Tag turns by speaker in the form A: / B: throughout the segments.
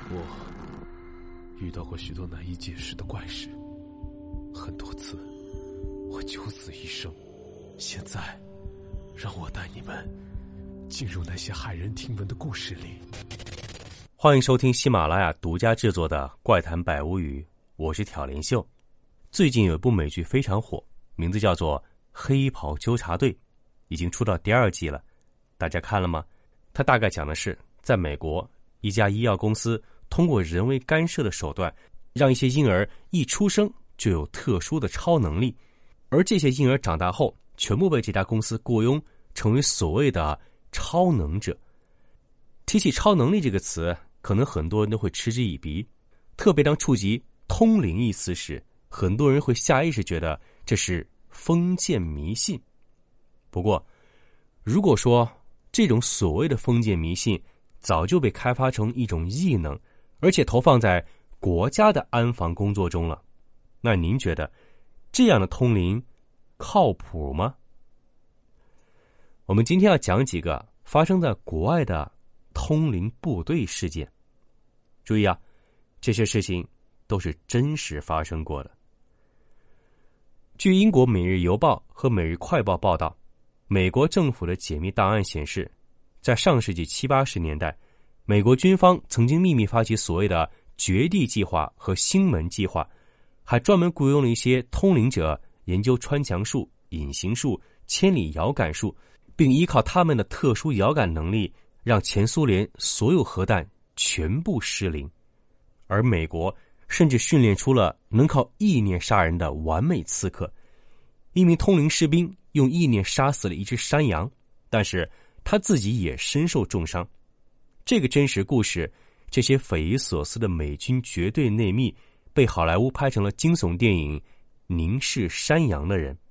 A: 我遇到过许多难以解释的怪事，很多次我九死一生。现在让我带你们进入那些骇人听闻的故事里。
B: 欢迎收听喜马拉雅独家制作的怪谈百物语，我是挑帘秀。最近有一部美剧非常火，名字叫做《黑袍纠察队》，已经出到第2季了，大家看了吗？它大概讲的是在美国一家医药公司通过人为干涉的手段，让一些婴儿一出生就有特殊的超能力，而这些婴儿长大后全部被这家公司雇佣成为所谓的超能者。提起超能力这个词，可能很多人都会嗤之以鼻，特别当触及通灵一词时，很多人会下意识觉得这是封建迷信。不过如果说这种所谓的封建迷信早就被开发成一种异能，而且投放在国家的安防工作中了，那您觉得这样的通灵靠谱吗？我们今天要讲几个发生在国外的通灵部队事件。注意啊，这些事情都是真实发生过的。据英国《每日邮报》和《每日快报》报道，美国政府的解密档案显示，在上世纪70、80年代，美国军方曾经秘密发起所谓的绝地计划和星门计划，还专门雇佣了一些通灵者研究穿墙术、隐形术、千里遥感术，并依靠他们的特殊遥感能力，让前苏联所有核弹全部失灵。而美国甚至训练出了能靠意念杀人的完美刺客。一名通灵士兵用意念杀死了一只山羊，但是他自己也身受重伤。这个真实故事，这些匪夷所思的美军绝对内密，被好莱坞拍成了惊悚电影《凝视山羊的人》。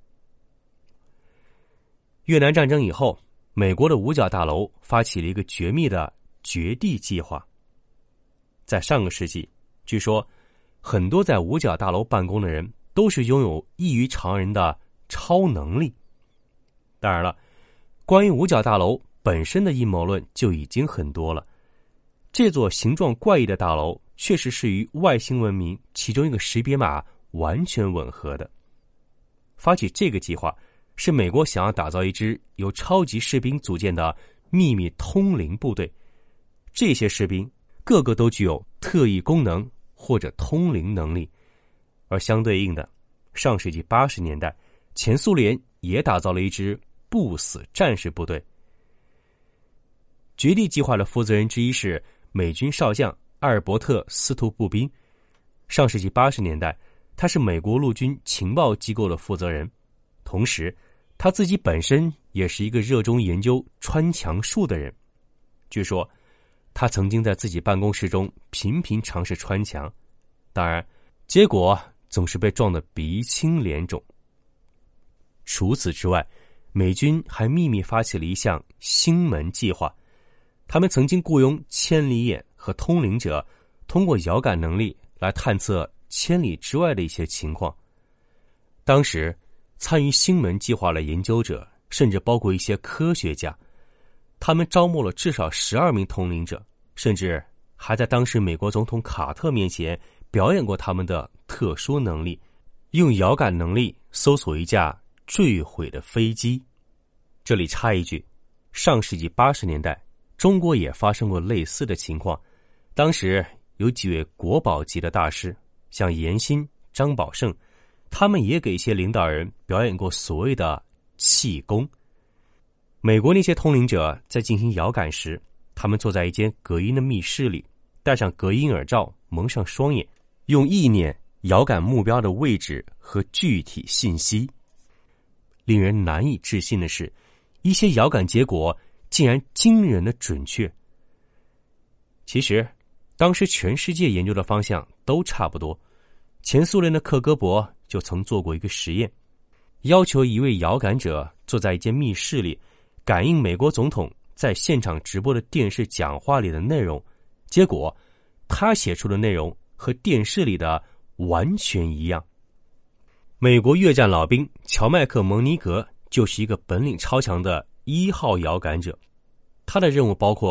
B: 越南战争以后，美国的五角大楼发起了一个绝密的绝地计划。在上个世纪，据说很多在五角大楼办公的人都是拥有异于常人的超能力。当然了，关于五角大楼本身的阴谋论就已经很多了。这座形状怪异的大楼确实是与外星文明其中一个识别码完全吻合的。发起这个计划是美国想要打造一支由超级士兵组建的秘密通灵部队，这些士兵个个都具有特异功能或者通灵能力。而相对应的，上世纪80年代，前苏联也打造了一支不死战士部队。绝地计划的负责人之一是美军少将阿尔伯特·斯图布宾。上世纪80年代，他是美国陆军情报机构的负责人，同时他自己本身也是一个热衷研究穿墙术的人。据说他曾经在自己办公室中频频尝试穿墙，当然结果总是被撞得鼻青脸肿。除此之外，美军还秘密发起了一项星门计划，他们曾经雇佣千里眼和通灵者，通过遥感能力来探测千里之外的一些情况。当时参与星门计划的研究者甚至包括一些科学家，他们招募了至少12名通灵者，甚至还在当时美国总统卡特面前表演过他们的特殊能力，用遥感能力搜索一架坠毁的飞机。这里插一句，上世纪80年代，中国也发生过类似的情况。当时有几位国宝级的大师，像严新、张宝胜，他们也给一些领导人表演过所谓的气功。美国那些通灵者在进行遥感时，他们坐在一间隔音的密室里，戴上隔音耳罩，蒙上双眼，用意念遥感目标的位置和具体信息。令人难以置信的是，一些遥感结果竟然惊人的准确。其实当时全世界研究的方向都差不多。前苏联的克格勃就曾做过一个实验，要求一位遥感者坐在一间密室里，感应美国总统在现场直播的电视讲话里的内容，结果他写出的内容和电视里的完全一样。美国越战老兵乔麦克·蒙尼格就是一个本领超强的1号遥感者，他的任务包括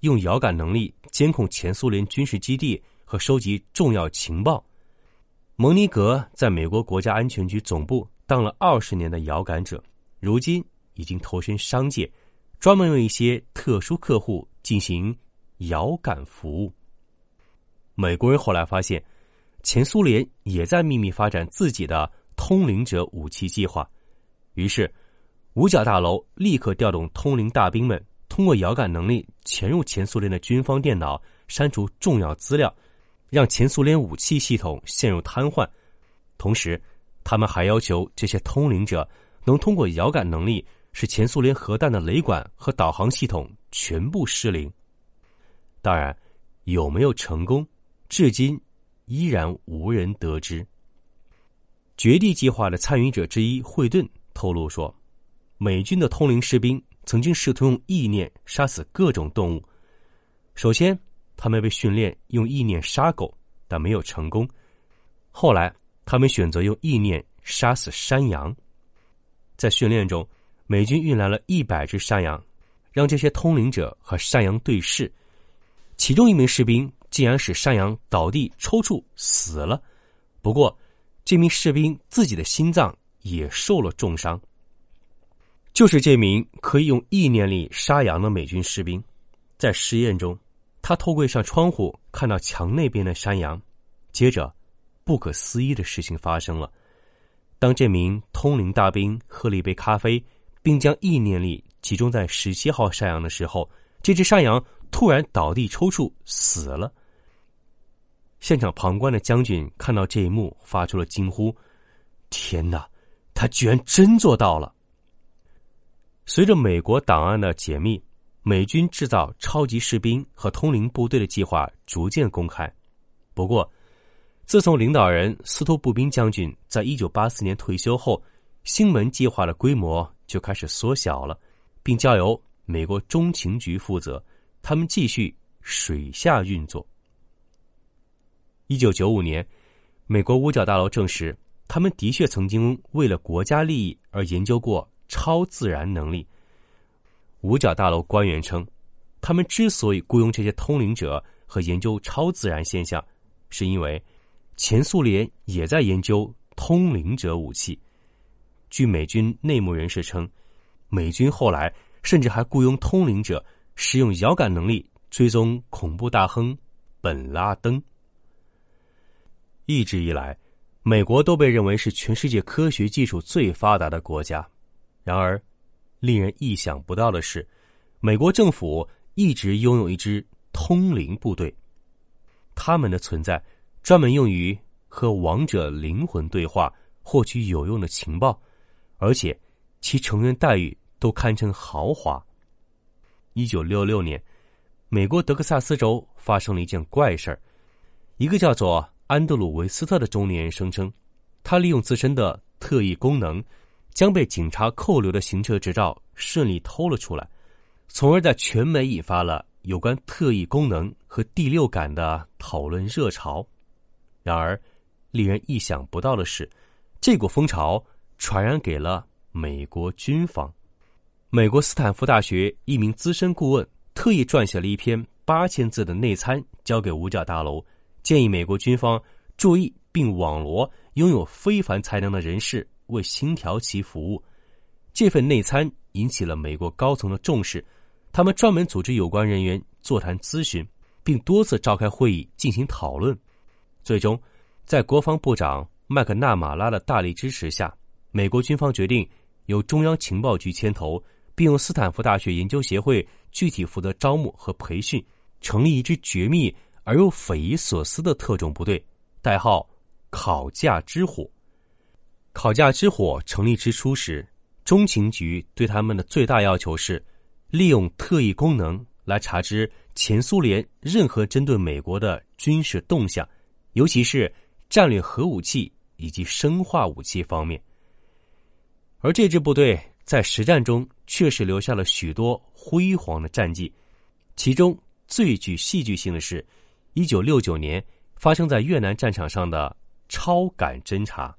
B: 用遥感能力监控前苏联军事基地和收集重要情报。蒙尼格在美国国家安全局总部当了20年的遥感者，如今已经投身商界，专门为一些特殊客户进行遥感服务。美国人后来发现，前苏联也在秘密发展自己的通灵者武器计划，于是五角大楼立刻调动通灵大兵们，通过遥感能力潜入前苏联的军方电脑，删除重要资料，让前苏联武器系统陷入瘫痪。同时他们还要求这些通灵者能通过遥感能力使前苏联核弹的雷管和导航系统全部失灵。当然，有没有成功，至今依然无人得知。绝地计划的参与者之一惠顿透露说，美军的通灵士兵曾经试图用意念杀死各种动物。首先，他们被训练用意念杀狗，但没有成功。后来，他们选择用意念杀死山羊。在训练中，美军运来了100只山羊，让这些通灵者和山羊对视。其中一名士兵竟然使山羊倒地抽搐死了，不过这名士兵自己的心脏也受了重伤。就是这名可以用意念力杀羊的美军士兵，在实验中，他透过一扇窗户看到墙那边的山羊。接着，不可思议的事情发生了。当这名通灵大兵喝了一杯咖啡，并将意念力集中在17号山羊的时候，这只山羊突然倒地抽搐死了。现场旁观的将军看到这一幕，发出了惊呼：天哪，他居然真做到了！随着美国档案的解密，美军制造超级士兵和通灵部队的计划逐渐公开。不过，自从领导人斯托布宾将军在1984年退休后，星门计划的规模就开始缩小了，并交由美国中情局负责，他们继续水下运作。1995年，美国五角大楼证实，他们的确曾经为了国家利益而研究过超自然能力。五角大楼官员称，他们之所以雇佣这些通灵者和研究超自然现象，是因为前苏联也在研究通灵者武器。据美军内幕人士称，美军后来甚至还雇佣通灵者使用遥感能力追踪恐怖大亨本拉登。一直以来，美国都被认为是全世界科学技术最发达的国家。然而，令人意想不到的是，美国政府一直拥有一支通灵部队。他们的存在专门用于和亡者灵魂对话，获取有用的情报，而且其成员待遇都堪称豪华。1966年，美国德克萨斯州发生了一件怪事儿。一个叫做安德鲁维斯特的中年人声称，他利用自身的特异功能，将被警察扣留的行车执照顺利偷了出来，从而在全美引发了有关特异功能和第六感的讨论热潮。然而，令人意想不到的是，这股风潮传染给了美国军方。美国斯坦福大学一名资深顾问特意撰写了一篇8000字的内参交给五角大楼，建议美国军方注意并网罗拥有非凡才能的人士为星条旗服务。这份内参引起了美国高层的重视，他们专门组织有关人员座谈咨询，并多次召开会议进行讨论。最终，在国防部长麦克纳马拉的大力支持下，美国军方决定由中央情报局牵头，并由斯坦福大学研究协会具体负责招募和培训，成立一支绝密而又匪夷所思的特种部队，代号考驾之火。考驾之火成立之初时，中情局对他们的最大要求是利用特异功能来查知前苏联任何针对美国的军事动向，尤其是战略核武器以及生化武器方面。而这支部队在实战中确实留下了许多辉煌的战绩，其中最具戏剧性的是1969年发生在越南战场上的超感侦察。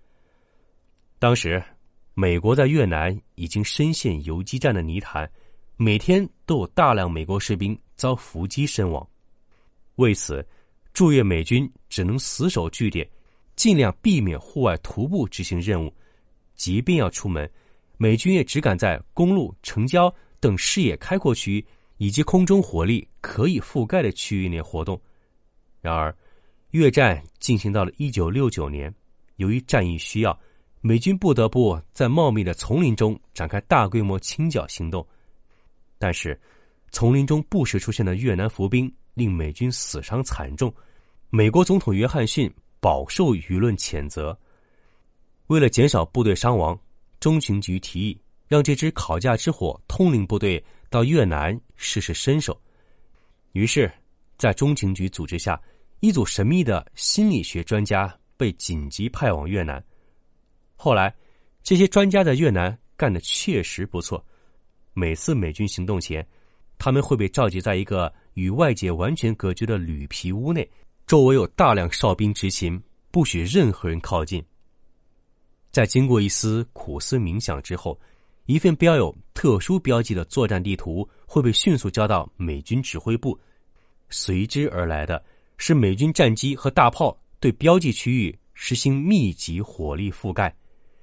B: 当时美国在越南已经深陷游击战的泥潭， 每天都有大量美国士兵遭伏击身亡。为此，驻越美军只能死守据点，尽量避免户外徒步执行任务。即便要出门，美军也只敢在公路、城郊等视野开阔区以及空中火力可以覆盖的区域内活动。然而，越战进行到了1969年，由于战役需要，美军不得不在茂密的丛林中展开大规模清剿行动。但是，丛林中不时出现的越南伏兵令美军死伤惨重，美国总统约翰逊饱受舆论谴责。为了减少部队伤亡，中情局提议让这支考驾之火通灵部队到越南试试身手。于是，在中情局组织下，一组神秘的心理学专家被紧急派往越南。后来，这些专家在越南干得确实不错。每次美军行动前，他们会被召集在一个与外界完全隔绝的铝皮屋内，周围有大量哨兵执勤，不许任何人靠近。在经过一丝苦思冥想之后，一份标有特殊标记的作战地图会被迅速交到美军指挥部，随之而来的是美军战机和大炮对标记区域实行密集火力覆盖。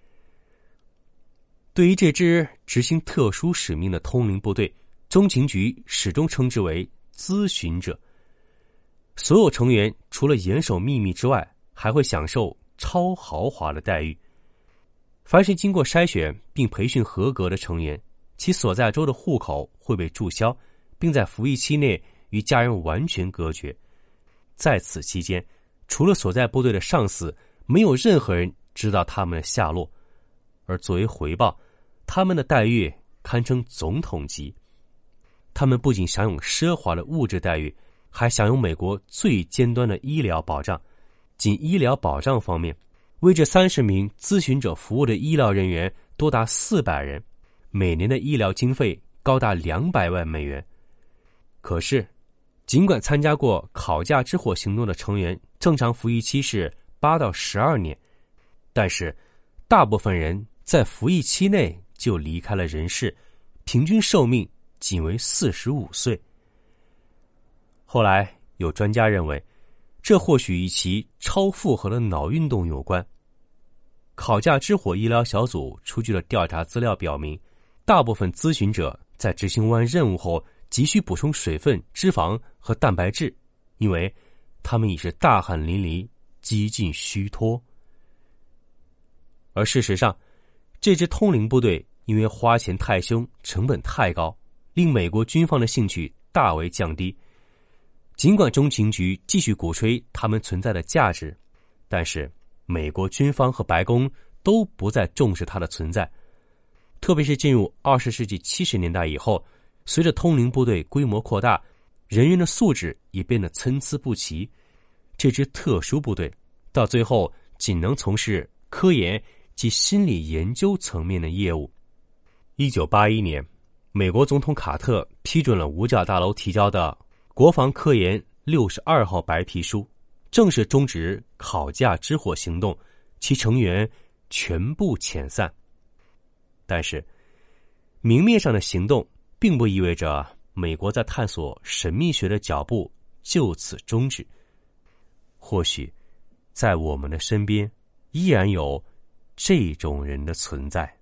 B: 对于这支执行特殊使命的通灵部队，中情局始终称之为咨询者。所有成员除了严守秘密之外，还会享受超豪华的待遇。凡是经过筛选并培训合格的成员，其所在州的户口会被注销，并在服役期内与家人完全隔绝。在此期间，除了所在部队的上司，没有任何人知道他们的下落。而作为回报，他们的待遇堪称总统级。他们不仅享有奢华的物质待遇，还享有美国最尖端的医疗保障。仅医疗保障方面，为这30名咨询者服务的医疗人员多达400人，每年的医疗经费高达200万美元。可是，尽管参加过考驾之火行动的成员正常服役期是8到12年，但是大部分人在服役期内就离开了人世，平均寿命仅为45岁。后来有专家认为，这或许与其超负荷的脑运动有关。考驾之火医疗小组出具的调查资料表明，大部分咨询者在执行完任务后急需补充水分、脂肪和蛋白质，因为他们已是大汗淋漓，几近虚脱。而事实上，这支通灵部队因为花钱太凶、成本太高，令美国军方的兴趣大为降低。尽管中情局继续鼓吹他们存在的价值，但是美国军方和白宫都不再重视它的存在。特别是进入20世纪70年代以后，随着通灵部队规模扩大，人员的素质也变得参差不齐。这支特殊部队到最后仅能从事科研及心理研究层面的业务。1981年，美国总统卡特批准了五角大楼提交的国防科研62号白皮书，正式终止考驾之火行动，其成员全部遣散。但是，明面上的行动并不意味着美国在探索神秘学的脚步就此终止。或许，在我们的身边，依然有这种人的存在。